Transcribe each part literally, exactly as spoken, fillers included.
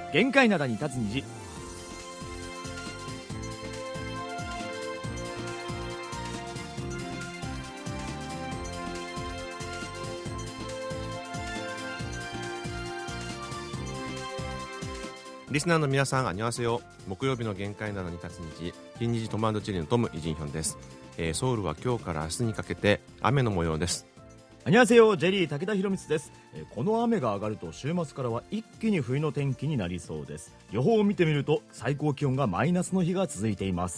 限界灘に立つ虹。 リスナーの皆さん、あにわせよ。木曜日の限界灘に立つ虹、金虹トム&チェリーのトムイジンヒョンです。えー、ソウルは今日から明日にかけて雨の模様です。 あにわせよ、ジェリー武田博光です。えーこの雨が上がると週末からは一気に冬の天気になりそうです。予報を見てみると最高気温がマイナスの日が続いています。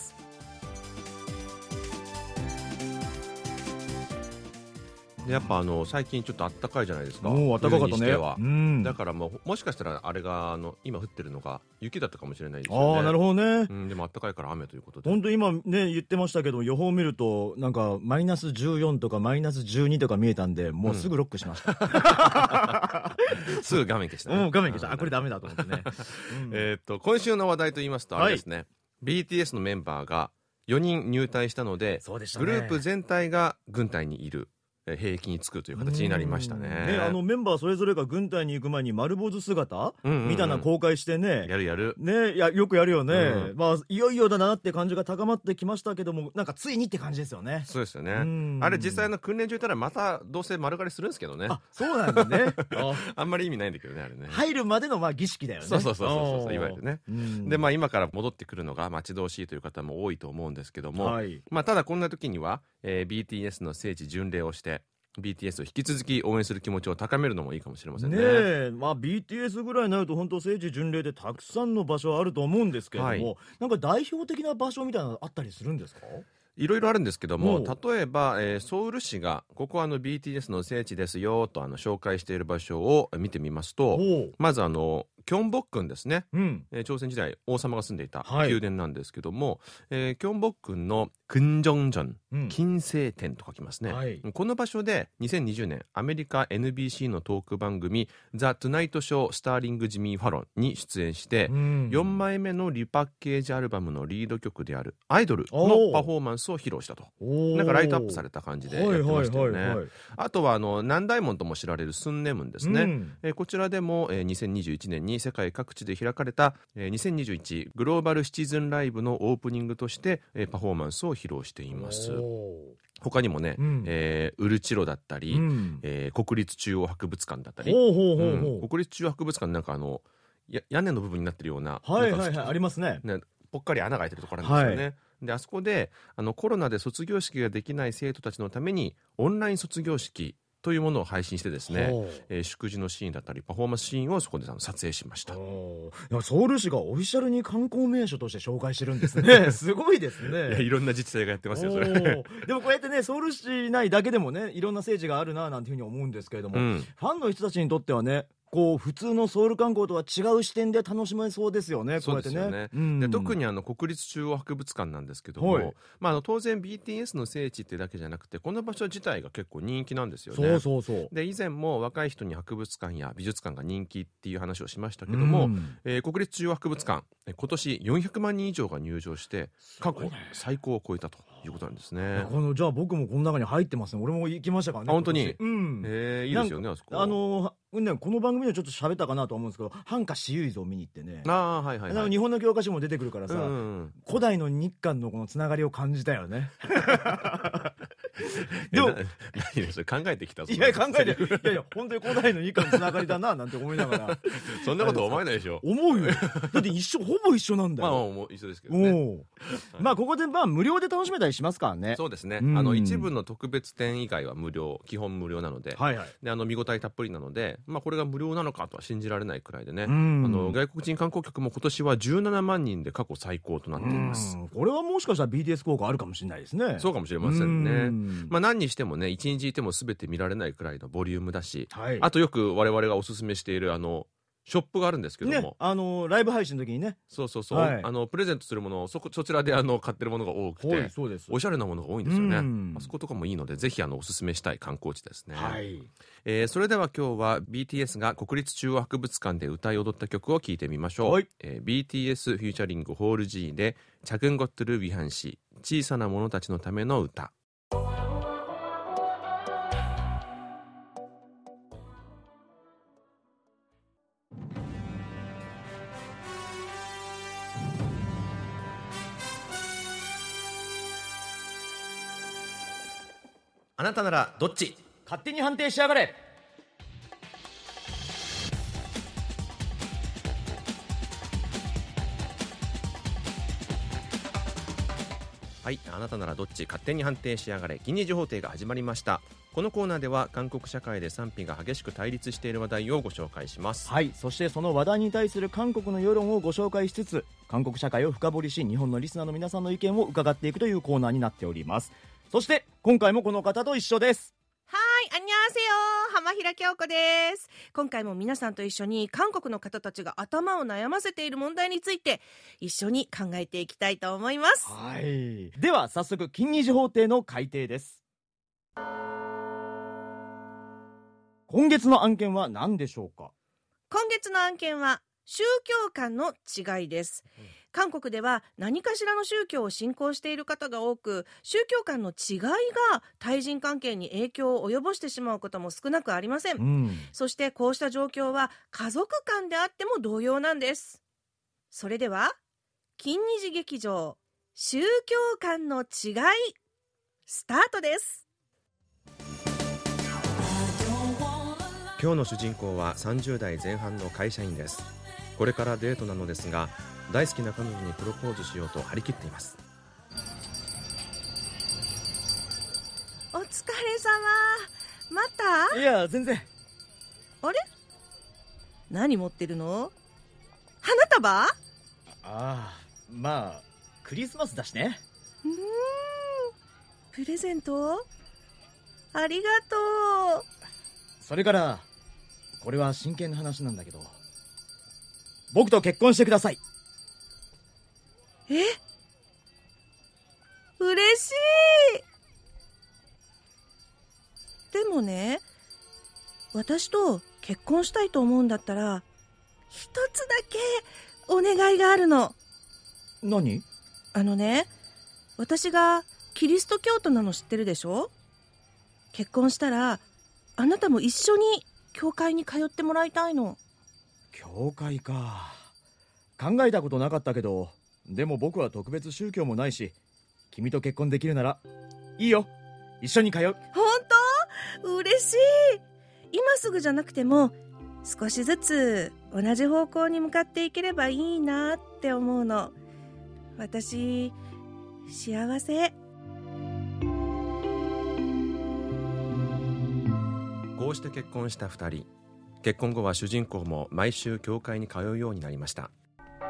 でやっぱあの最近ちょっと暖かいじゃないですか。 もう暖かかったね。 冬にしてはうん、 だからもうもしかしたらあれがあの今降ってるのが雪だったかもしれないですよね。 ああ、なるほどね。 うん、でも暖かいから雨ということで、 本当今ね言ってましたけど、予報を見るとなんかマイナスじゅうよんとかマイナスじゅうにとか見えたんで、もうすぐロックしました、 すぐ画面消したね。 うん、画面消した。あ、これダメだと思ってね、うん、 えーっと今週の話題と言いますとあれですね、はい、ビーティーエス のメンバーがよにん入隊したので、 そうでしたね、 グループ全体が軍隊にいる、兵役に就くという形になりました ね, ねあのメンバーそれぞれが軍隊に行く前に丸坊主姿、 うんうんうん、 みたいな公開してね、 やるやるね、やよくやるよね、 うん、 まあ、いよいよだなって感じが高まってきましたけども、なんかついにって感じですよね。 そうですよね。あれ実際の訓練中たらまたどうせ丸刈りするんですけどね。 あ、そうなんだねあ, あんまり意味ないんだけどね、あれね。 入るまでのまあ儀式だよね。 そうそうそうそうそう、いわゆるね。で、まあ、今から戻ってくるのが待ち遠しいという方も多いと思うんですけども、はい、まあ、ただこんな時には、えー、ビーティーエス の聖地巡礼をしてビーティーエス を引き続き応援する気持ちを高めるのもいいかもしれませんね。ねえ、まあ、ビーティーエス ぐらいになると本当聖地巡礼でたくさんの場所あると思うんですけれども、はい、なんか代表的な場所みたいなのあったりするんですか？ いろいろあるんですけども、例えば、えー、ソウル市がここはあの ビーティーエス の聖地ですよとあの紹介している場所を見てみますと、まずあのキョンボックンですね、うんえー、朝鮮時代王様が住んでいた宮殿なんですけども、はいえー、キョンボックンの金正恩、金星殿と書きますね、はい、この場所でにせんにじゅうねんアメリカ エヌビーシー のトーク番組ザ・トゥナイトショースターリング・ジミー・ファロンに出演して、うん、よんまいめのリパッケージアルバムのリード曲であるアイドルのパフォーマンスを披露したと。なんかライトアップされた感じでやってましたよね。あとはあの南大門とも知られるスンネムンですね、うんえー、こちらでも、えー、にせんにじゅういちねんに世界各地で開かれた、えー、にせんにじゅういちグローバルシチズンライブのオープニングとして、えー、パフォーマンスを披露しています。他にもね、うんえー、ウルチロだったり、うんえー、国立中央博物館だったり、ほうほうほうほう、うん、国立中央博物館なんかあのや屋根の部分になってるような、 はいはいはい、ありますね。 ね、ぽっかり穴が開いてるところなんですよね、はい、であそこであのコロナで卒業式ができない生徒たちのためにオンライン卒業式というものを配信してですね、えー、祝辞のシーンだったりパフォーマンスシーンをそこで撮影しました。 ソウル市がオフィシャルに観光名所として紹介してるんですねすごいですね。 いや、いろんな自治体がやってますよそれでもこうやってねソウル市内だけでもねいろんな聖地があるななんていうふうに思うんですけれども、うん、ファンの人たちにとってはねこう普通のソウル観光とは違う視点で楽しめそうですよね。 そうですよね。こうやってね、うん、で特にあの国立中央博物館なんですけども、はいまあ、あの当然 ビーティーエス の聖地ってだけじゃなくてこの場所自体が結構人気なんですよね。 そうそうそう。 で以前も若い人に博物館や美術館が人気っていう話をしましたけども、うんえー、国立中央博物館今年よんひゃくまんにん以上が入場して過去最高を超えたということなんですね。 このじゃあ僕もこの中に入ってますね。俺も行きましたからね。 本当に、 うん、 えー、いいですよねあそこ。 あのね、この番組でちょっと喋ったかなと思うんですけど繁華私有像を見に行ってね、 あ、はいはいはい、 日本の教科書も出てくるからさ、うんうん、古代の日韓のこのつながりを感じたよねでも何それ考えてきたぞ。 いや考えていやいや本当に古代の日韓のつながりだななんて思いながらそんなこと思えないでしょ。 思うよだって一緒ほぼ一緒なんだよ。 まあもう一緒ですけどね、はい、 まあここでまあ無料で楽しめたりしますからね。 そうですね、うん、あの一部の特別展以外は無料基本無料なので、はいはい、であの見応えたっぷりなので、まあ、これが無料なのかとは信じられないくらいでね、うん、あの外国人観光客も今年はじゅうななまんにんで過去最高となっています。 うんこれはもしかしたら ビーティーエス 効果あるかもしれないですね。 そうかもしれませんね。うんまあ、何にしてもねいちにちいても全て見られないくらいのボリュームだし、はい、あとよく我々がおすすめしているあのショップがあるんですけども、ね、 あのライブ配信の時にねそうそうそう、はい、あのプレゼントするものを そ, そちらであの買ってるものが多くて、そうですおしゃれなものが多いんですよね。あそことかもいいのでぜひあのおすすめしたい観光地ですね、はいえー、それでは今日は ビーティーエス が国立中央博物館で歌い踊った曲を聴いてみましょう、はいえー、ビーティーエス フューチャリングホール G でチャクンゴットルビハンシ小さな者たちのための歌。 あなたならどっち？ 勝手に判定しやがれ。 はい、あなたならどっち勝手に判定しやがれ金二次法廷が始まりました。このコーナーでは韓国社会で賛否が激しく対立している話題をご紹介します。 はい、そしてその話題に対する韓国の世論をご紹介しつつ、韓国社会を深掘りし、日本のリスナーの皆さんの意見を伺っていくというコーナーになっております。そして今回もこの方と一緒です。 はい、안녕하세요、浜平京子です。今回も皆さんと一緒に韓国の方たちが頭を悩ませている問題について一緒に考えていきたいと思います。 はい、では早速金二次法廷の改定です。今月の案件は何でしょうか？ 今月の案件は宗教観の違いです、うん、韓国では何かしらの宗教を信仰している方が多く、宗教観の違いが対人関係に影響を及ぼしてしまうことも少なくありません、うん、そしてこうした状況は家族間であっても同様なんです。それでは金二次劇場宗教観の違いスタートです。 今日の主人公はさんじゅう代前半の会社員です。これからデートなのですが、大好きな彼女にプロポーズしようと張り切っています。 お疲れ様。また？ いや全然。 あれ？何持ってるの？花束？ああ、まあクリスマスだしね。 うーん、プレゼント？ありがとう。 それからこれは真剣な話なんだけど、僕と結婚してください。 え？嬉しい。でもね、私と結婚したいと思うんだったら一つだけお願いがあるの。 何？ あのね、私がキリスト教徒なの知ってるでしょ？結婚したらあなたも一緒に教会に通ってもらいたいの。 教会か。考えたことなかったけど、でも僕は特別宗教もないし、君と結婚できるならいいよ、一緒に通う。 本当？嬉しい。今すぐじゃなくても少しずつ同じ方向に向かっていければいいなって思うの。私幸せ。 こうして結婚したふたり。結婚後は主人公も毎週教会に通うようになりました。 あ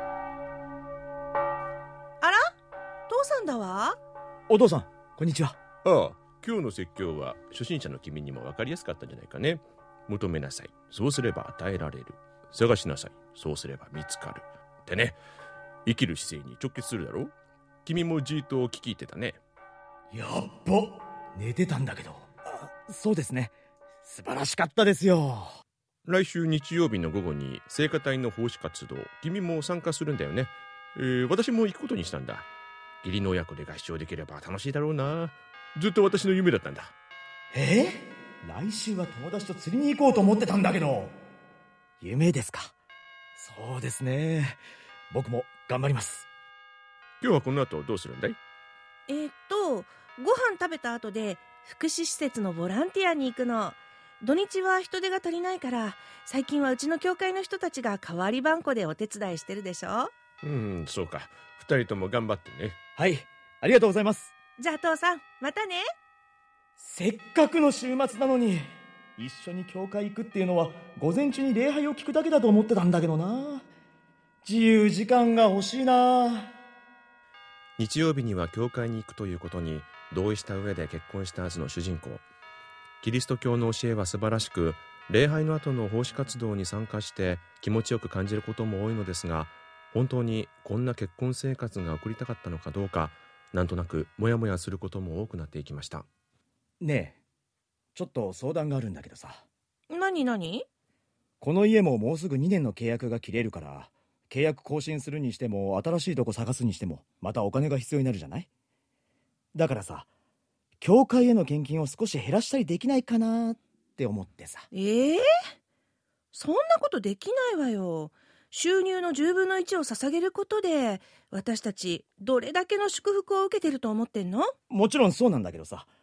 ら？父さんだわ。 お父さん、こんにちは。 ああ、今日の説教は初心者の君にも分かりやすかったんじゃないかね。求めなさい、そうすれば与えられる。探しなさい、そうすれば見つかる。ってね、生きる姿勢に直結するだろ。君もじーっと聞き入ってたね。 やっば、寝てたんだけど。あ、そうですね、素晴らしかったですよ。 来週日曜日の午後に聖歌隊の奉仕活動、君も参加するんだよね。えー、私も行くことにしたんだ。義理の親子で合唱できれば楽しいだろうな。ずっと私の夢だったんだ。 えー、来週は友達と釣りに行こうと思ってたんだけど。夢ですか。そうですね、僕も頑張ります。 今日はこの後どうするんだい？ えー、っとご飯食べた後で福祉施設のボランティアに行くの。土日は人手が足りないから、最近はうちの教会の人たちが代わりばんこでお手伝いしてるでしょ。 うん、そうか。二人とも頑張ってね。 はい、ありがとうございます。 じゃあ父さん、またね。 せっかくの週末なのに一緒に教会行くっていうのは午前中に礼拝を聞くだけだと思ってたんだけどな。自由時間が欲しいな。 日曜日には教会に行くということに同意した上で結婚したはずの主人公。キリスト教の教えは素晴らしく、礼拝の後の奉仕活動に参加して気持ちよく感じることも多いのですが、本当にこんな結婚生活が送りたかったのかどうか、なんとなくモヤモヤすることも多くなっていきました。 ねえ、ちょっと相談があるんだけどさ。 何何？ この家ももうすぐにねんの契約が切れるから、契約更新するにしても新しいとこ探すにしてもまたお金が必要になるじゃない。だからさ、教会への献金を少し減らしたりできないかなって思ってさ。 えー、そんなことできないわよ。収入のじゅうぶんのいちを捧げることで私たちどれだけの祝福を受けてると思ってんの？ もちろんそうなんだけどさ、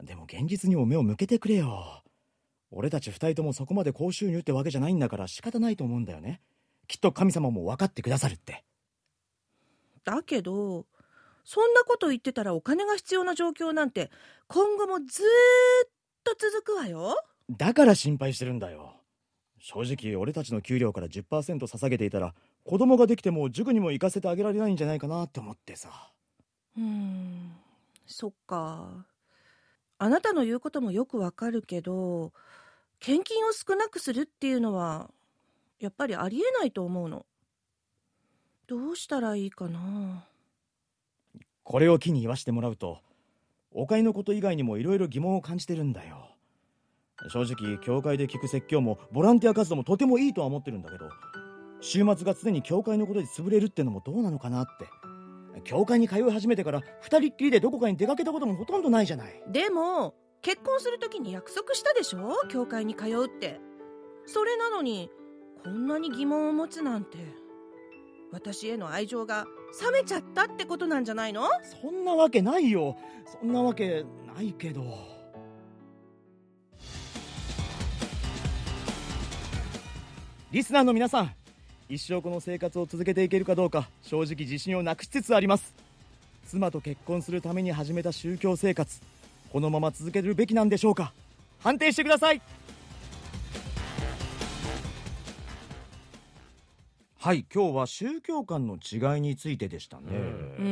でも現実にも目を向けてくれよ。俺たち二人ともそこまで高収入ってわけじゃないんだから仕方ないと思うんだよね。きっと神様も分かってくださるって。 だけどそんなこと言ってたらお金が必要な状況なんて今後もずーっと続くわよ。 だから心配してるんだよ。正直俺たちの給料から じゅっパーセント 捧げていたら子供ができても塾にも行かせてあげられないんじゃないかなって思ってさ。 うーん、そっか。あなたの言うこともよくわかるけど、献金を少なくするっていうのはやっぱりありえないと思うの。どうしたらいいかな。 これを機に言わしてもらうと、お金のこと以外にもいろいろ疑問を感じてるんだよ。正直教会で聞く説教もボランティア活動もとてもいいとは思ってるんだけど、週末が常に教会のことで潰れるってのもどうなのかなって。教会に通い始めてから二人っきりでどこかに出かけたこともほとんどないじゃない。 でも結婚するときに約束したでしょ、教会に通うって。それなのにこんなに疑問を持つなんて、私への愛情が冷めちゃったってことなんじゃないの？ そんなわけないよ。そんなわけないけど。リスナーの皆さん、一生この生活を続けていけるかどうか正直自信をなくしつつあります。妻と結婚するために始めた宗教生活、このまま続けるべきなんでしょうか。判定してください。はい、今日は宗教観の違いについてでしたね。 うん、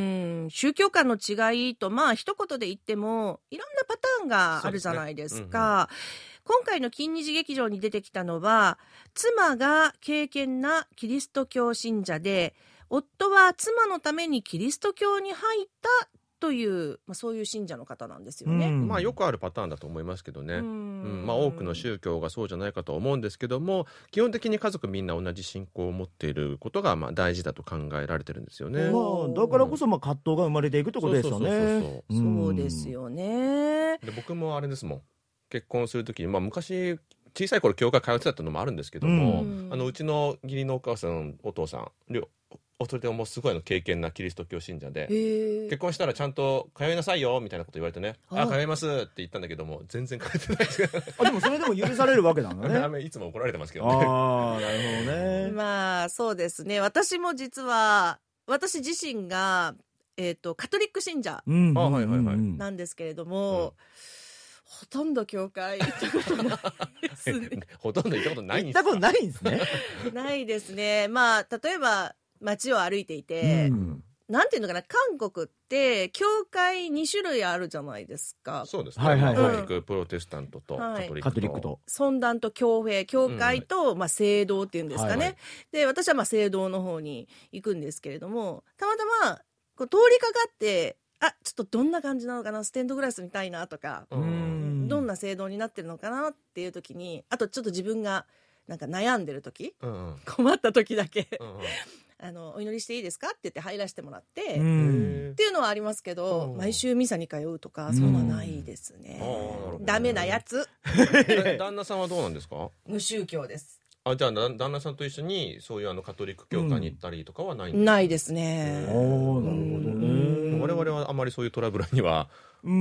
宗教観の違いとまあ一言で言ってもいろんなパターンがあるじゃないですか。今回の金日劇場に出てきたのは、妻が敬虔なキリスト教信者で、夫は妻のためにキリスト教に入ったという、まあ、そういう信者の方なんですよね。 まあよくあるパターンだと思いますけどね。うんうん、まあ多くの宗教がそうじゃないかとは思うんですけども、基本的に家族みんな同じ信仰を持っていることがまあ大事だと考えられてるんですよね。 まあ、だからこそまあ葛藤が生まれていくってことですよね。 そうですよね。 で僕もあれですもん、結婚するときに、まあ、昔小さい頃教会通ってたのもあるんですけども、うん、あのうちの義理のお母さんお父さんおそれでもすごいの敬虔なキリスト教信者で、結婚したらちゃんと通いなさいよみたいなこと言われてね、ああ通いますって言ったんだけども全然通ってないですあでもそれでも許されるわけなんだねいつも怒られてますけどね。 ああなるほどね。 まあそうですね、私も実は私自身が、えーと、カトリック信者なんですけれども、うんほとんど教会行ったことないですねほとんど行ったことないんですか？行ったことないんですねないですね。まあ例えば街を歩いていて、うん、なんていうのかな、韓国って教会に種類あるじゃないですか。 そうですね、はいはいはい、うん、プロテスタントとカトリックと、はい、カトリックと尊壇と教会、教会と、うんまあ、聖堂っていうんですかね、はいはい、で私はまあ聖堂の方に行くんですけれども、たまたまこう通りかかってあちょっとどんな感じなのかな、ステンドグラス見たいなとか、うんどんな聖堂になってるのかなっていう時に、あとちょっと自分がなんか悩んでる時、うんうん、困った時だけ、うんうんあのお祈りしていいですかって言って入らせてもらってっていうのはありますけど、毎週ミサに通うとかそういうのはないですね。ダメなやつ旦那さんはどうなんですか？ 無宗教です。 あじゃあ旦那さんと一緒にそういうあのカトリック教会に行ったりとかはないんですか？ ないですね。 ああなるほどね。 我々はあまりそういうトラブルにはうん、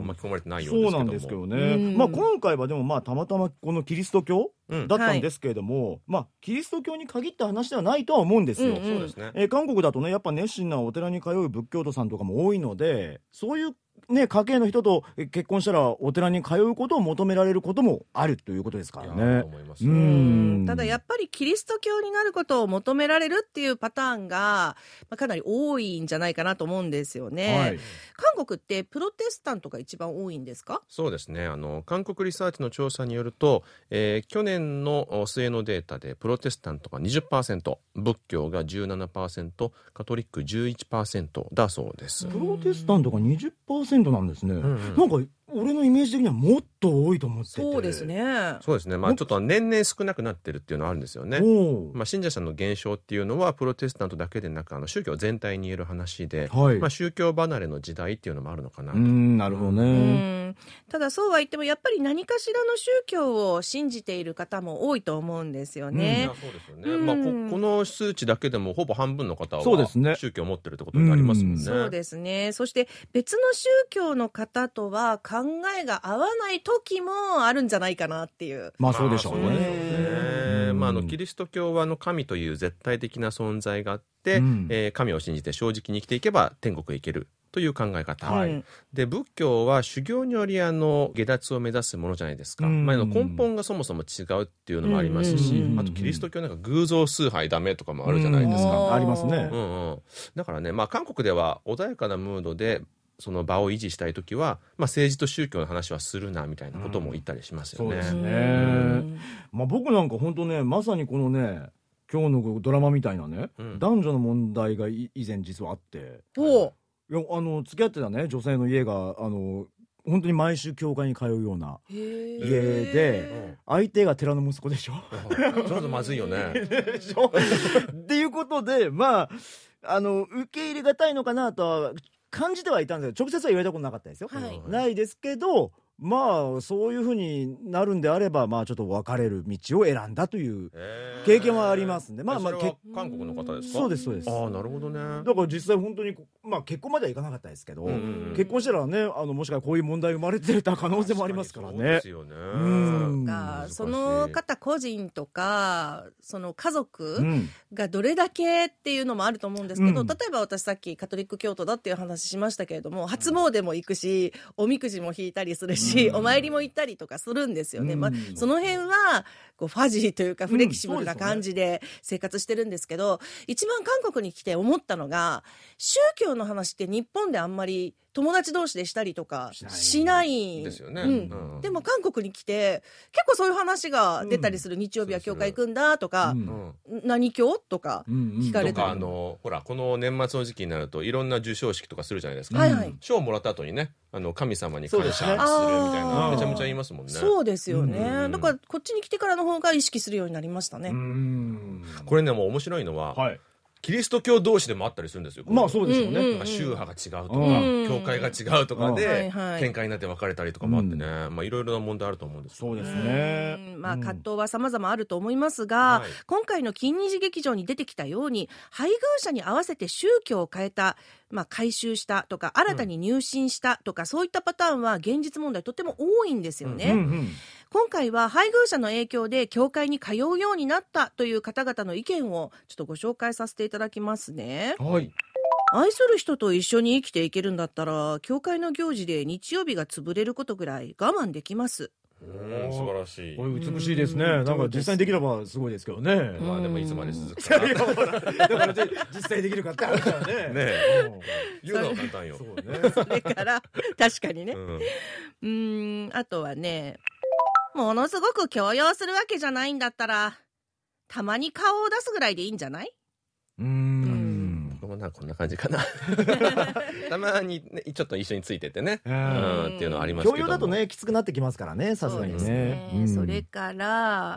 巻き込まれてないようですけども。 そうなんですけどね、うんまあ、今回はでもまあたまたまこのキリスト教、うん、だったんですけれども、はいまあ、キリスト教に限った話ではないとは思うんですよ、うんうん、 そうですね。 えー、韓国だとねやっぱ熱心なお寺に通う仏教徒さんとかも多いので、そういうね、家系の人と結婚したらお寺に通うことを求められることもあるということですからね。 思います。 うんただやっぱりキリスト教になることを求められるっていうパターンが、まあ、かなり多いんじゃないかなと思うんですよね、はい、韓国ってプロテスタントが一番多いんですか？ そうですね、あの韓国リサーチの調査によると、えー、去年の末のデータでプロテスタントが にじゅっパーセント、 仏教が じゅうななパーセント、 カトリック じゅういちパーセント だそうです。 プロテスタントが にじゅっパーセント なんですね、うんうん、なんか俺のイメージ的にはもっと多いと思ってて。 そうですね。 そうですね。まあちょっと年々少なくなってるっていうのはあるんですよね。まあ信者さんの減少っていうのはプロテスタントだけでなくあの宗教全体に言える話で、はい、まあ宗教離れの時代っていうのもあるのかなと。 うんなるほどね。 ん、ただそうは言ってもやっぱり何かしらの宗教を信じている方も多いと思うんですよね。 うん、そうですよね、うん、まあ、こ, この数値だけでもほぼ半分の方はそうですね、 宗教を持ってるってことになりますもんね。 そうですね。そして別の宗教の方とは考えが合わない時もあるんじゃないかなっていう。 まあそうでしょうね。まあ、 ね、まあ、あのキリスト教はあの神という絶対的な存在があって、うん、えー、神を信じて正直に生きていけば天国へ行けるという考え方、はい、で仏教は修行によりあの下脱を目指すものじゃないですか、うん、まあ、の根本がそもそも違うっていうのもありますし、うん、あとキリスト教なんか偶像崇拝ダメとかもあるじゃないですか、うん、 ありますね、 うんうん、だからね、まあ、韓国では穏やかなムードでその場を維持したいときは、まあ、政治と宗教の話はするなみたいなことも言ったりしますよね、うん、そうですね、うん、 まあ、僕なんか本当ね、まさにこのね今日のドラマみたいなね、うん、男女の問題が以前実はあって、 おいや、あの付き合ってたね女性の家があの本当に毎週教会に通うような家で、相手が寺の息子でしょちょっとまずいよねでしょっていうことで、まああの受け入れがたいのかなとは感じてはいたんですけど、直接は言われたことなかったですよ、はい、ないですけど、まあそういうふうになるんであれば、まあちょっと別れる道を選んだという経験はありますんで、まあまあ、 それは韓国の方ですか？ そうですそうです。 ああ、なるほどね。 だから実際本当に、まあ結婚まではいかなかったですけど、うんうんうん、結婚したらね、あのもしかしたらこういう問題生まれてた可能性もありますからね。そうですよね。 うん、かその方個人とかその家族がどれだけっていうのもあると思うんですけど、うん、例えば私さっきカトリック教徒だっていう話しましたけれども、初詣も行くし、おみくじも引いたりするし、うん、お参りも行ったりとかするんですよね、うん、まあ、その辺はこうファジーというかフレキシブルな感じで生活してるんですけど、うん、一番韓国に来て思ったのが、宗教の話って日本であんまり友達同士でしたりとかしないですよね、 うんうん、でも韓国に来て結構そういう話が出たりする、うん、日曜日は教会行くんだとか、うん、何教とか聞かれたり、 とか、あのほらこの年末の時期になるといろんな授賞式とかするじゃないですか、はいはい、賞をもらった後にね、あの神様に感謝するみたいな、めちゃめちゃ言いますもんね。 そうですよね、うん、だからこっちに来てからの方が意識するようになりましたね。うん、 これね、もう面白いのは、はい、キリスト教同士でもあったりするんですよ。 まあそうでしょうね、 うんうんうん、宗派が違うとか、うん、教会が違うとかで、うん、喧嘩になって別れたりとかもあってね、うん、まあいろいろな問題あると思うんです。 そうですね、 まあ葛藤は様々あると思いますが、うん、今回の金日劇場に出てきたように配偶者に合わせて宗教を変えた、まあ、改宗したとか新たに入信したとか、うん、そういったパターンは現実問題とても多いんですよね、うんうんうん。今回は配偶者の影響で教会に通うようになったという方々の意見をちょっとご紹介させていただきますね。はい。愛する人と一緒に生きていけるんだったら、教会の行事で日曜日が潰れることぐらい我慢できます。 うん、素晴らしい。 これ美しいですね。なんか実際にできればすごいですけどね。 まあでもいつまで続くかな。 だから実際できるかって話だね。ねえ。言うのは簡単よ。 そうね。それから確かにね。うん、うーん、あとはね、ものすごく強要するわけじゃないんだったら、たまに顔を出すぐらいでいいんじゃない？ うーん。僕もなんかこんな感じかな。たまに、ね、ちょっと一緒についててね、うん、っていうのはありますけども。 強要だとね、きつくなってきますからね、さすがにね。 そうですね、うん、それから、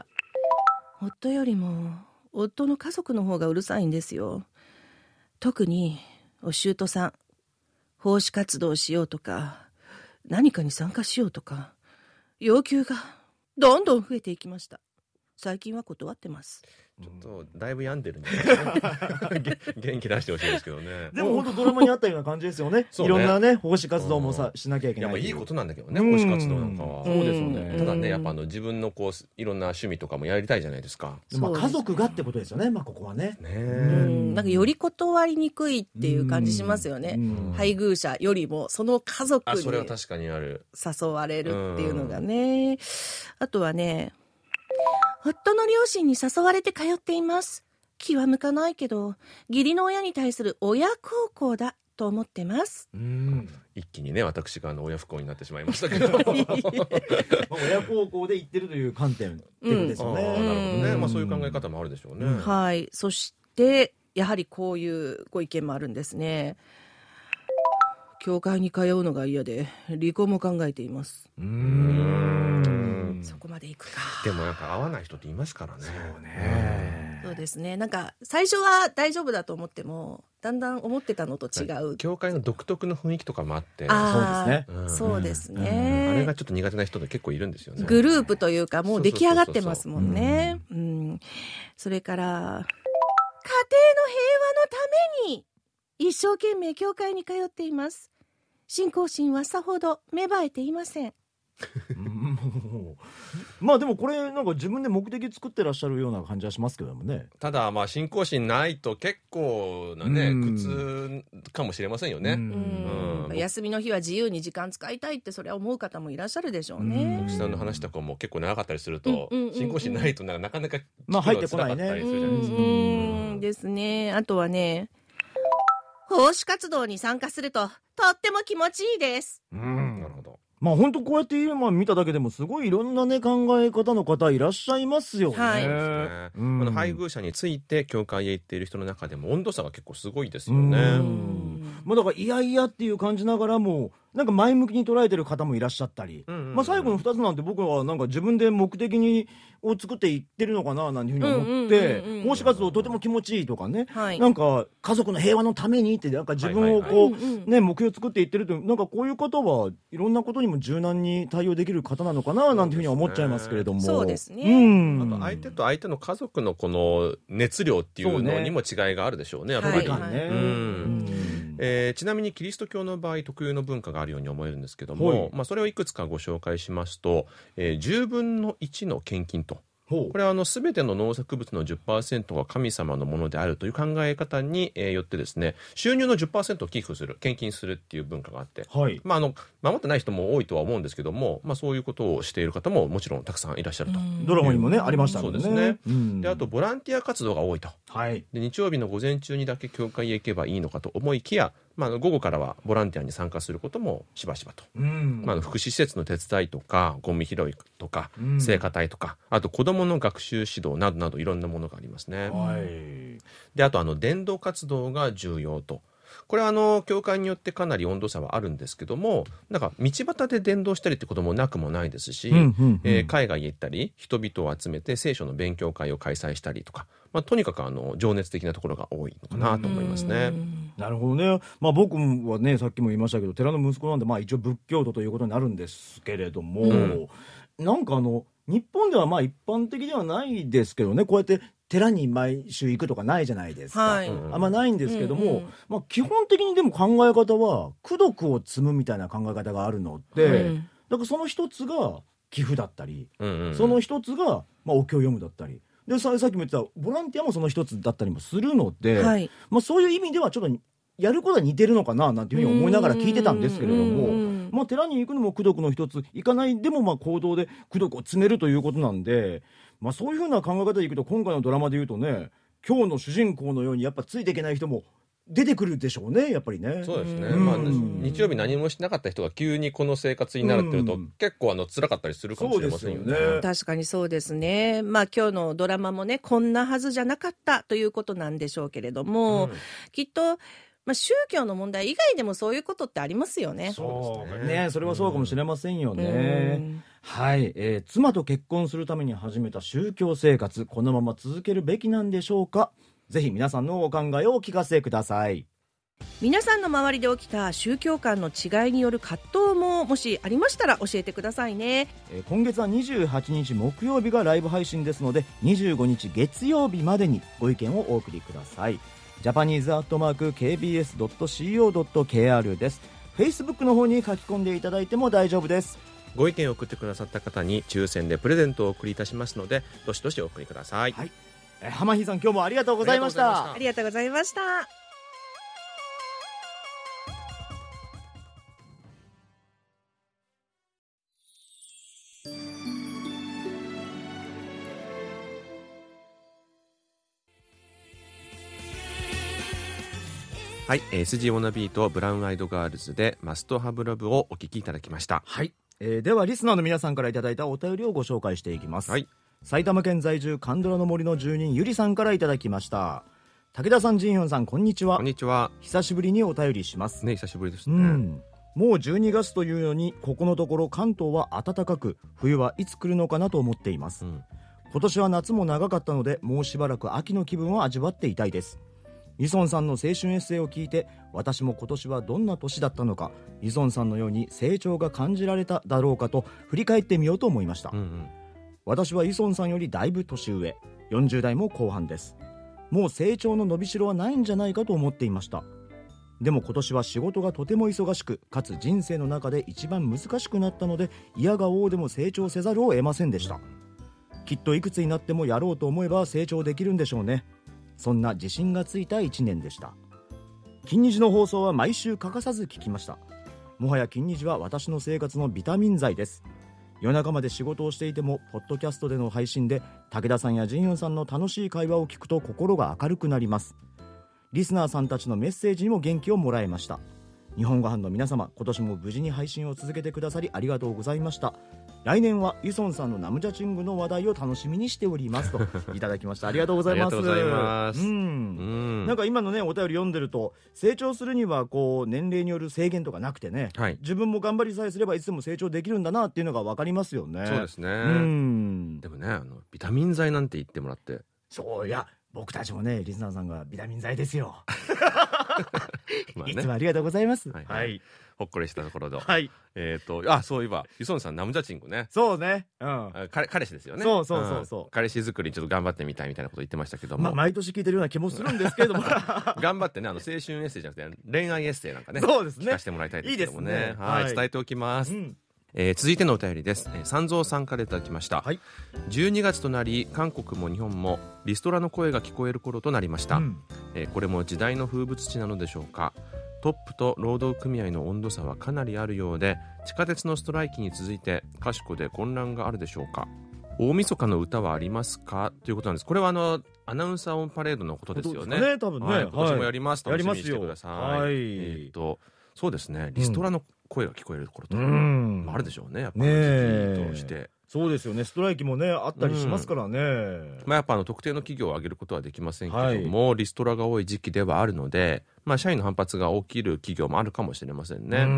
夫よりも夫の家族の方がうるさいんですよ。特にお舅さん、奉仕活動をしようとか、何かに参加しようとか、要求がどんどん増えていきました。最近は断ってます。 ちょっとだいぶ病んでるんじゃないですか。元気出してほしいですけどね。 でも本当ドラマにあったような感じですよね。いろんなね奉仕活動もさしなきゃいけない。 やっぱいいことなんだけどね、奉仕活動なんかは。 そうですよね。 ただね、やっぱあの自分のこういろんな趣味とかもやりたいじゃないですか。 まあ家族がってことですよね。まあここはね。 ね、なんかより断りにくいっていう感じしますよね。配偶者よりもその家族にそれは確かにある。 誘われるっていうのがね。あとはね。夫の両親に誘われて通っています。気は向かないけど、義理の親に対する親孝行だと思ってます。 うん、一気にね、私があの親不孝になってしまいましたけど。 親孝行で言ってるという観点ってことですよね。 うん、なるほどね。まあそういう考え方もあるでしょうね。うん、 はい。そしてやはりこういうご意見もあるんですね。教会に通うのが嫌で離婚も考えています。うーん、そこまでいくか。 でもなんか合わない人っていますからね。 そうね。 そうですね。なんか最初は大丈夫だと思ってもだんだん思ってたのと違う。 教会の独特の雰囲気とかもあって。 あそうですね、 うん、そうですね、 うん、あれがちょっと苦手な人で結構いるんですよね。 グループというかもう出来上がってますもんね。うん、それから家庭の平和のために一生懸命教会に通っています。信仰心はさほど芽生えていません。 まあでもこれなんか自分で目的作ってらっしゃるような感じはしますけどもね。 ただまあ信仰心ないと結構なね苦痛かもしれませんよね。 うんうん、休みの日は自由に時間使いたいってそれは思う方もいらっしゃるでしょうね。 奥さんの話とかも結構長かったりすると、うんうんうんうん、信仰心ないとなかなかまあ入ってこないね。 うんうんですね。あとはね、奉仕活動に参加するととっても気持ちいいです。 うん、なるほど。 まあ本当こうやって今見ただけでもすごいいろんなね考え方の方いらっしゃいますよね。 はい、 うん、この配偶者について教会へ行っている人の中でも温度差が結構すごいですよね。うん、 まあ、だからいやいやっていう感じながらもなんか前向きに捉えてる方もいらっしゃったり、うんうんうん、まあ、最後のふたつなんて僕はなんか自分で目的にを作っていってるのかななんていうふうに思って奉仕活動とても気持ちいいとかね、はい、なんか家族の平和のためにってなんか自分をこう、はいはいはい、ね、目標作っていってるとなんかこういう方はいろんなことにも柔軟に対応できる方なのかななんていうふうに思っちゃいますけれども。 そうですね、 うん、 あと相手と相手の家族のこの熱量っていうのにも違いがあるでしょうね、やっぱり、はいはい、うん、えー、ちなみにキリスト教の場合特有の文化があるように思えるんですけども、はい、まあ、それをいくつかご紹介しますと、えー、じゅうぶんのいちの献金と、これはあの全ての農作物の じゅっパーセント が神様のものであるという考え方によってですね、収入の じゅっパーセント を寄付する、献金するっていう文化があって、はい、まあ、あの守ってない人も多いとは思うんですけども、まあ、そういうことをしている方ももちろんたくさんいらっしゃると。 ドラマにもねありましたもんね。 そうですね。であとボランティア活動が多いと、 はい、 で日曜日の午前中にだけ教会へ行けばいいのかと思いきや、まあ、午後からはボランティアに参加することもしばしばと、うん、まあ、福祉施設の手伝いとかゴミ拾いとか、うん、聖歌隊とか、あと子どもの学習指導などなどいろんなものがありますね、はい、であとあの伝道活動が重要と、これはあの教会によってかなり温度差はあるんですけども、なんか道端で伝道したりってこともなくもないですし、うんうんうん、えー、海外へ行ったり人々を集めて聖書の勉強会を開催したりとか、まあ、とにかくあの情熱的なところが多いのかなと思いますね。 なるほどね。まあ、僕はねさっきも言いましたけど寺の息子なんで、まあ、一応仏教徒ということになるんですけれども、うん、なんかあの日本ではまあ一般的ではないですけどね、こうやって寺に毎週行くとかないじゃないですか、はい、あんまないんですけども、うんうん、まあ、基本的にでも考え方は功徳を積むみたいな考え方があるので、うん、だからその一つが寄付だったり、うんうんうん、その一つがまあお経を読むだったりで、さ, さっきも言ってたボランティアもその一つだったりもするので、はい、まあ、そういう意味ではちょっとやることは似てるのかななんていうふうに思いながら聞いてたんですけれども、まあ、寺に行くのも功徳の一つ、行かないでもまあ行動で功徳を積めるということなんで、まあ、そういうふうな考え方でいくと今回のドラマでいうとね、今日の主人公のようにやっぱついていけない人も出てくるでしょうね、やっぱりね。 そうですね、うん、まあ、日曜日何もしなかった人が急にこの生活になるっていうと、うん、結構あの辛かったりするかもしれませんよね。 よね、確かにそうですね。まあ今日のドラマもねこんなはずじゃなかったということなんでしょうけれども、うん、きっとまあ、宗教の問題以外でもそういうことってありますよね。 そうですね。それはそうかもしれませんよね。うん、はい、えー、妻と結婚するために始めた宗教生活、このまま続けるべきなんでしょうか。ぜひ皆さんのお考えをお聞かせください。 皆さんの周りで起きた宗教観の違いによる葛藤ももしありましたら教えてくださいね。 えー、今月はにじゅうはちにち木曜日がライブ配信ですので、にじゅうごにち月曜日までにご意見をお送りください。ジャパニーズアットマーク ケービーエスドットシーオードットケーアール です。 Facebook の方に書き込んでいただいても大丈夫です。 ご意見を送ってくださった方に抽選でプレゼントをお送りいたしますので、どしどしお送りください。はい、 え浜日さん今日もありがとうございました。 ありがとうございました。 はい、エスジー ワナビーとブラウンアイドガールズでマストハブラブをお聞きいただきました。 はい、えー、ではリスナーの皆さんからいただいたお便りをご紹介していきます。はい、埼玉県在住カンドラの森の住人ゆりさんからいただきました。武田さん、ジンヒョンさん、こんにちは。 こんにちは。 久しぶりにお便りしますね。久しぶりですね。 うん、もうじゅうにがつというのにここのところ関東は暖かく、冬はいつ来るのかなと思っています。うん、 今年は夏も長かったので、もうしばらく秋の気分を味わっていたいです。イソンさんの青春エッセイを聞いて、私も今年はどんな年だったのか、イソンさんのように成長が感じられただろうかと振り返ってみようと思いました、うんうん、私はイソンさんよりだいぶ年上、よんじゅう代も後半です。もう成長の伸びしろはないんじゃないかと思っていました。でも今年は仕事がとても忙しく、かつ人生の中で一番難しくなったので、嫌が応でも成長せざるを得ませんでした。きっといくつになってもやろうと思えば成長できるんでしょうね。そんな自信がついたいちねんでした。金日の放送は毎週欠かさず聞きました。もはや金日は私の生活のビタミン剤です。夜中まで仕事をしていても、ポッドキャストでの配信で武田さんやジンユンさんの楽しい会話を聞くと心が明るくなります。リスナーさんたちのメッセージにも元気をもらいました。日本語班の皆様、今年も無事に配信を続けてくださりありがとうございました。来年はイソンさんのナムジャチングの話題を楽しみにしておりますといただきました。ありがとうございます。 ありがとうございます。うん、 うん、なんか今のねお便り読んでると、成長するにはこう年齢による制限とかなくてね、はい、自分も頑張りさえすればいつでも成長できるんだなっていうのが分かりますよね。 そうですね。うん、でもね、あのビタミン剤なんて言ってもらって、 そういや僕たちもね、リスナーさんがビタミン剤ですよまあ、ね、いつもありがとうございます。はい、はい、 ほっこりしたところで、 はい、 えっ、ー、とあそういえばイソンさんナムジャチングね、 そうね、うん、 彼, 彼氏ですよね。 そうそうそうそう、 うん、彼氏作りちょっと頑張ってみたいみたいなこと言ってましたけども、 まあ、毎年聞いてるような気もするんですけれども頑張ってね、あの青春エッセイじゃなくて恋愛エッセイなんかね、 そうですね、 聞かせてもらいたいですけどもね。いいですね、はい、はい、伝えておきます。うん、えー、続いてのお便りです。えー、三蔵さんからいただきました、はい、じゅうにがつとなり、韓国も日本もリストラの声が聞こえる頃となりました、うん、えー、これも時代の風物詩なのでしょうか。トップと労働組合の温度差はかなりあるようで、地下鉄のストライキに続いて賢で混乱があるでしょうか。大晦日の歌はありますか、ということなんです。これはあのアナウンサーオンパレードのことですよね。 ね、多分ね、はい、 今年もやります、楽しみにしてください。はい、えー、とそうですね、リストラの声が聞こえるところと、うん、あるでしょうね、やっぱり時期として。 そうですよね、ストライキもねあったりしますからね、うん、 まあ、やっぱあの特定の企業を挙げることはできませんけども、はい、リストラが多い時期ではあるので、まあ、社員の反発が起きる企業もあるかもしれませんね。うん、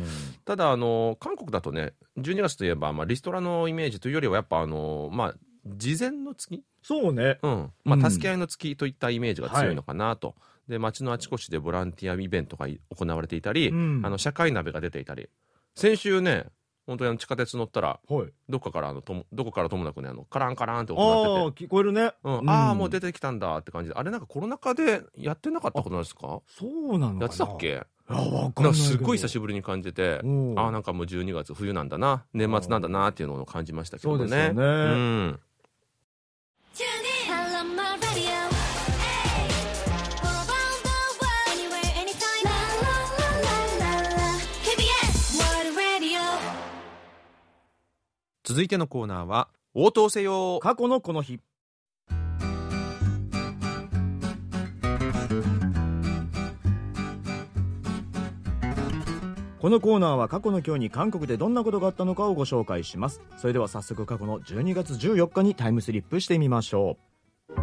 ただあの韓国だとね、じゅうにがつといえば、まあ、リストラのイメージというよりはやっぱあの、まあ、事前の月、 そうね、 うん、まあ、助け合いの月といったイメージが強いのかなと、はい、で街のあちこちでボランティアイベントが行われていたり、うん、あの社会鍋が出ていたり、先週ね本当にあの地下鉄乗ったら、はい、どこからあのともどこからともなくね、あのカランカランって音鳴ってて、 あ聞こえるね、 うんうん、ああもう出てきたんだって感じで、あれなんかコロナ禍でやってなかったことなんですか。 そうなのかな、 やってたっけ。 あわかんないけど、 すごい久しぶりに感じて、ああなんかもうじゅうにがつ冬なんだな、年末なんだなっていうのを感じましたけどね。 そうですよね、うん、 続いてのコーナーは応答せよ過去のこの日。このコーナーは過去の今日に韓国でどんなことがあったのかをご紹介します。それでは早速過去のじゅうにがつじゅうよっかにタイムスリップしてみましょう。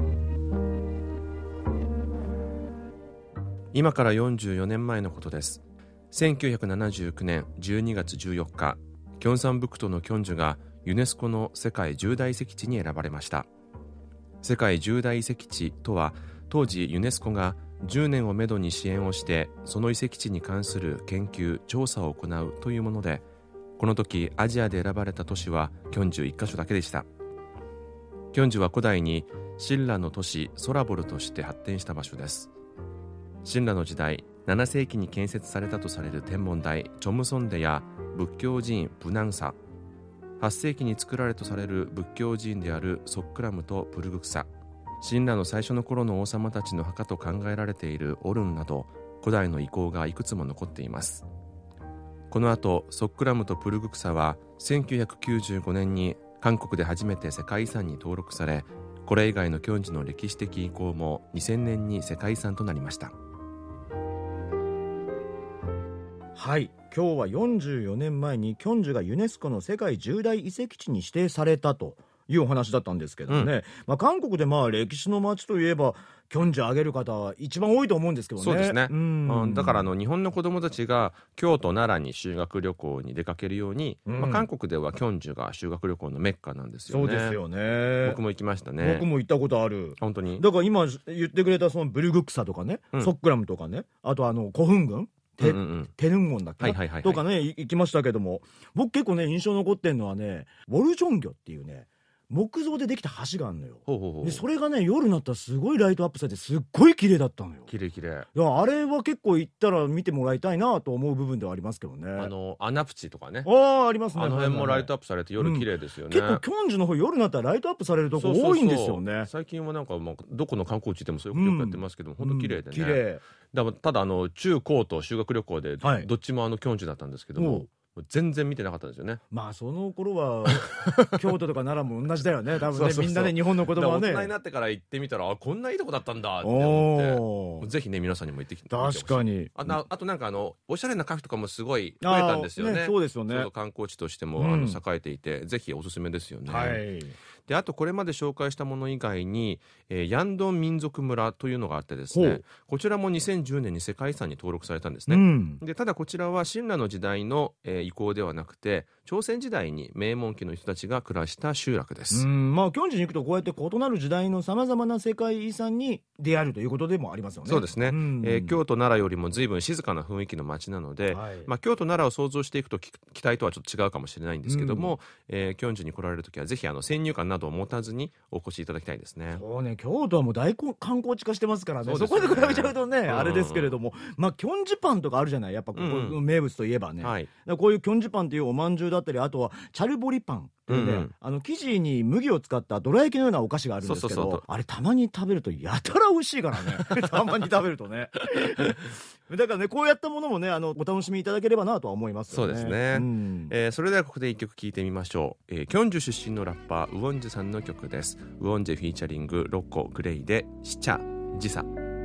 今からよんじゅうよねんまえのことです。せんきゅうひゃくななじゅうきゅうねんじゅうにがつじゅうよっか、キョンサンブクトのキョンジュがユネスコの世界じゅう大遺跡地に選ばれました。世界じゅう大遺跡地とは、当時ユネスコがじゅうねんをめどに支援をしてその遺跡地に関する研究調査を行うというもので、この時アジアで選ばれた都市はキョンジュいっかしょだけでした。キョンジュは古代に神羅の都市ソラボルとして発展した場所です。神羅の時代、ななせいきに建設されたとされる天文台チョムソンデや仏教寺院ブナンサ、はっせいきに作られとされる仏教寺院であるソックラムとプルグクサ、神羅の最初の頃の王様たちの墓と考えられているオルンなど、古代の遺構がいくつも残っています。この後ソックラムとプルグクサはせんきゅうひゃくきゅうじゅうごねんに韓国で初めて世界遺産に登録され、これ以外のキョンジュの歴史的遺構もにせんねんに世界遺産となりました。 はい、今日はよんじゅうよねんまえにキョンジュがユネスコの世界じゅう大遺跡地に指定されたというお話だったんですけどね、うん、まあ、韓国でまあ歴史の街といえばキョンジュあげる方は一番多いと思うんですけどね。 そうですね、うん、うん、だからあの日本の子どもたちが京都奈良に修学旅行に出かけるように、うん、まあ、韓国ではキョンジュが修学旅行のメッカなんですよね。 そうですよね。 僕も行きましたね。 僕も行ったことある。 本当に。 だから今言ってくれたそのブルグックサとかね、うん、ソックラムとかね、あとあの古墳群テ、うんうん、テヌンゴンだっけ、はいはいはいはい、とかね行きましたけども、僕結構ね印象残ってるのはね、ウォルジョンギョっていうね木造でできた橋があるのよ。ほうほうほう。でそれがね夜になったらすごいライトアップされてすっごい綺麗だったのよ。 綺麗綺麗。 いやあれは結構行ったら見てもらいたいなと思う部分ではありますけどね。 あのアナプチとかね。 ああありますね。 あの辺もライトアップされて夜綺麗ですよね、 うん、結構キョンジュの方夜になったらライトアップされるとこ多いんですよね。そうそうそう。 最近はなんか、まあ、どこの観光地でもそういうことよくやってますけど、うん、本当綺麗でね、 綺麗だただあの中高と修学旅行でどっちもあのキョンジュだったんですけども、はい、全然見てなかったんですよね。 まあその頃は京都とか奈良も同じだよね多分ね。そうそうそう、みんなね日本の子供はね大人になってから行ってみたらあこんないいとこだったんだって思って、ぜひね皆さんにも行ってきて確かに。 あ, なあとなんかあのおしゃれなカフェとかもすごい増えたんですよ ね, ね。そうですよね。 観光地としても、うん、あの栄えていてぜひおすすめですよね、 はい。 であとこれまで紹介したもの以外に、えー、ヤンドン民族村というのがあってですね、こちらもにせんじゅうねんに世界遺産に登録されたんですね、うん、でただこちらは親鸞の時代の、えー、遺構ではなくて朝鮮時代に名門家の人たちが暮らした集落です。 うん、まあキョンジュに行くとこうやって異なる時代のさまざまな世界遺産に出会えるということでもありますよね。 そうですね、うん、えー、京都奈良よりも随分静かな雰囲気の街なので、はい、まあ、京都奈良を想像していくと期待とはちょっと違うかもしれないんですけども、うん、えー、キョンジュに来られるときはぜひあの先入観などを持たずにお越しいただきたいですね。 そうね、京都はもう大観光地化してますからね。 そ, そこで比べちゃうとね、うん、あれですけれども、まあキョンジュパンとかあるじゃない、やっぱここの名物といえばね、うん、はい、こういうキョンジュパンというおまんじゅうだったり、あとはチャルボリパンというね、うん、あの生地に麦を使ったどら焼きのようなお菓子があるんですけど、そうそうそう、あれたまに食べるとやたら美味しいからねたまに食べるとねだからねこうやったものもねあのお楽しみいただければなとは思いますよね。 そうですね、うん、えー、それではここで一曲聴いてみましょう、えー、キョンジュ出身のラッパーウォンジュさんの曲です。ウォンジェフィーチャリングロッコグレイでシチャジサ。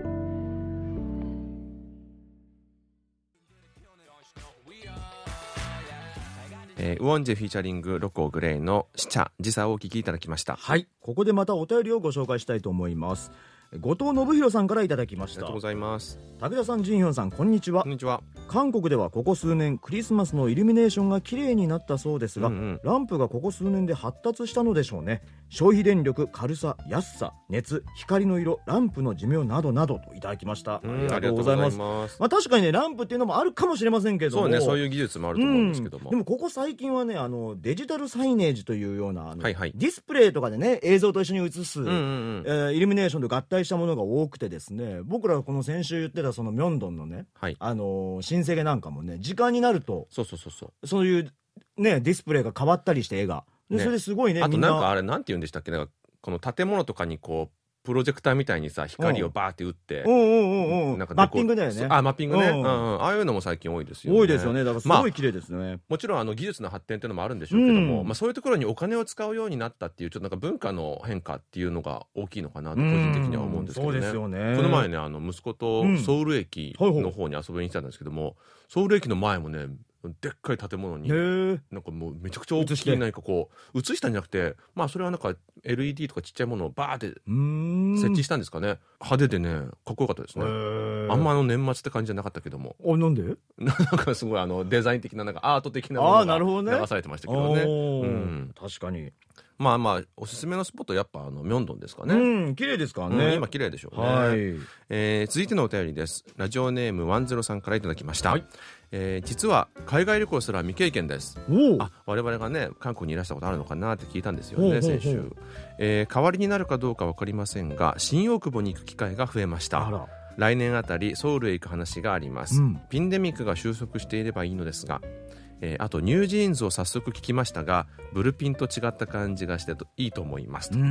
えー、ウォンジェフィーチャリングロコグレイのシチャジサをお聞きいただきました。 はい、ここでまたお便りをご紹介したいと思います。後藤信弘さんからいただきました。 ありがとうございます。 武田さん、ジンヒョンさん、こんにちは。 こんにちは。 韓国ではここ数年クリスマスのイルミネーションが綺麗になったそうですが、うんうん、ランプがここ数年で発達したのでしょうね。消費電力、軽さ、安さ、熱、光の色、ランプの寿命などなどといただきました。ありがとうございます。まあ、確かにねランプっていうのもあるかもしれませんけども、 そうね、そういう技術もあると思うんですけども、 うん、でもここ最近はねあのデジタルサイネージというようなあの、はいはい、ディスプレイとかでね映像と一緒に映す、うんうんうん、えー、イルミネーションと合体したものが多くてですね、僕らこの先週言ってたそのミョンドンのね、はい、あの新世界なんかもね時間になるとそうそうそうそうそういうねディスプレイが変わったりして絵がで、ね、それですごいね。 あとなんかあれなんて言うんでしたっけ、なんかこの建物とかにこうプロジェクターみたいにさ光をバーって打って、 うんうんうん、なんかマッピングだよね。 あ、マッピングね、うんうん、ああいうのも最近多いですよね。 多いですよね。だからすごい綺麗ですね、まあ、 もちろんあの技術の発展っていうのもあるんでしょうけども、うん、まあ、そういうところにお金を使うようになったっていうちょっとなんか文化の変化っていうのが大きいのかなと個人的には思うんですけどね。 うん、そうですよね。 この前ねあの息子とソウル駅の方に遊びに来たんですけども、うん、ソウル駅の前もねでっかい建物になんかもうめちゃくちゃ大きい何かこう映したんじゃなくて、まあそれはなんか エルイーディー とかちっちゃいものをバーって設置したんですかね。派手でねかっこよかったですね。あんまあの年末って感じじゃなかったけども、 あ、なんでなんかすごいあのデザイン的ななんかアート的なものが流されてましたけどね。うん、 確かに。 まあまあおすすめのスポットやっぱあのミョンドンですかね。 うん、綺麗ですからね、 うん、今綺麗でしょうね。はい、えー、続いてのお便りです。ラジオネームワンゼロさんからいただきました。はい、えー、実は海外旅行すら未経験です。あ、我々がね韓国にいらしたことあるのかなって聞いたんですよね先週。えー、代わりになるかどうか分かりませんが新大久保に行く機会が増えました。あら、来年あたりソウルへ行く話があります、うん、ピンデミックが収束していればいいのですが、えー、あとニュージーンズを早速聞きましたがブルピンと違った感じがしていいと思いますと。うん、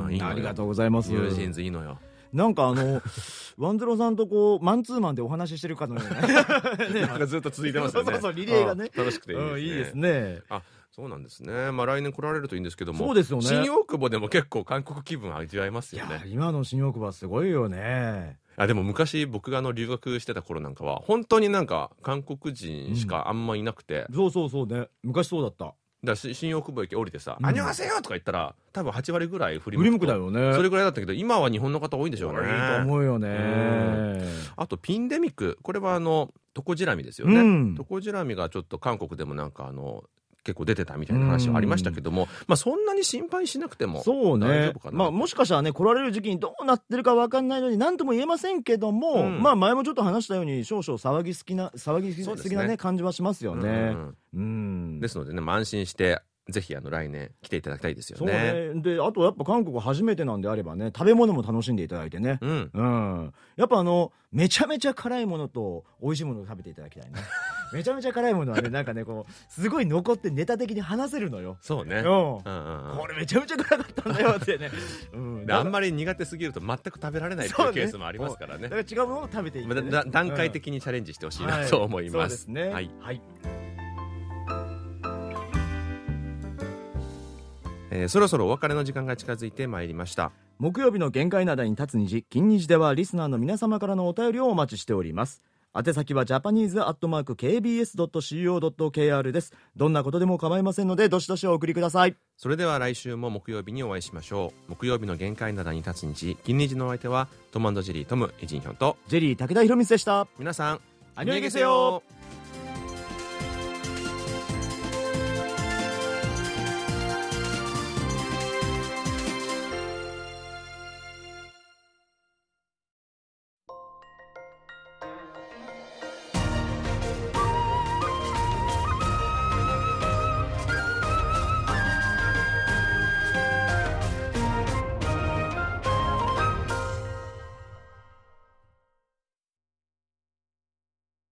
いい、ありがとうございます。 ニュージーンズいいのよ。 なんかあのワンゼロさんとこうマンツーマンでお話ししてるかのようなねなんかずっと続いてますよね。 そうそう、リレーがね楽しくていいですね、うん、いいですね。 あ、そうなんですね。まあ来年来られるといいんですけども、 そうですよね、 新大久保でも結構韓国気分味わえますよね。 いや今の新大久保はすごいよね。 あ、でも昔僕があの留学してた頃なんかは本当になんか韓国人しかあんまいなくて、 うん、そうそうそうね、昔そうだった。 だから新大久保駅降りてさ「 うんあにょはせよ!」とか言ったら多分はち割ぐらい振り振り向向くとくだよね。 それぐらいだったけど今は日本の方多いんでしょうね。 いいと思うよね。 あとピンデミック、これはあのトコジラミですよね、 うん、 トコジラミがちょっと韓国でもなんかあの結構出てたみたいな話はありましたけども、まあ、そんなに心配しなくてもそうね、 大丈夫かな。 まあ、もしかしたらね来られる時期にどうなってるか分かんないのに何とも言えませんけども、うん、まあ前もちょっと話したように少々騒ぎ好きな騒ぎすぎな、ね、感じはしますよね。うんうんうん、 ですのでね、まあ、安心してぜひあの来年来ていただきたいですよね。 そうね。であとやっぱ韓国初めてなんであればね食べ物も楽しんでいただいてね、 うんうん、やっぱあのめちゃめちゃ辛いものと美味しいものを食べていただきたいねめちゃめちゃ辛いものはねなんかねこうすごい残ってネタ的に話せるのよ。 そうね、 うんうんうん、これめちゃめちゃ辛かったんだよってね、うん、 であんまり苦手すぎると全く食べられないっていうケースもありますからね。 だから違うものを食べていって、ね、 だ段階的にチャレンジしてほしいな、うん、と思います。 そうですね、 はい、 はい。 えー、そろそろお別れの時間が近づいてまいりました。 木曜日の限界灘に立つ虹金虹ではリスナーの皆様からのお便りをお待ちしております。宛先はジャパニーズアットマーク ケービーエスドットシーオードットケーアール です。どんなことでも構いませんのでどしどしお送りください。 それでは来週も木曜日にお会いしましょう。木曜日の限界灘に立つ虹金虹のお相手はトム&ジェリートムイジンヒョンとジェリー武田博光でした。 皆さんアニョイゲセヨ。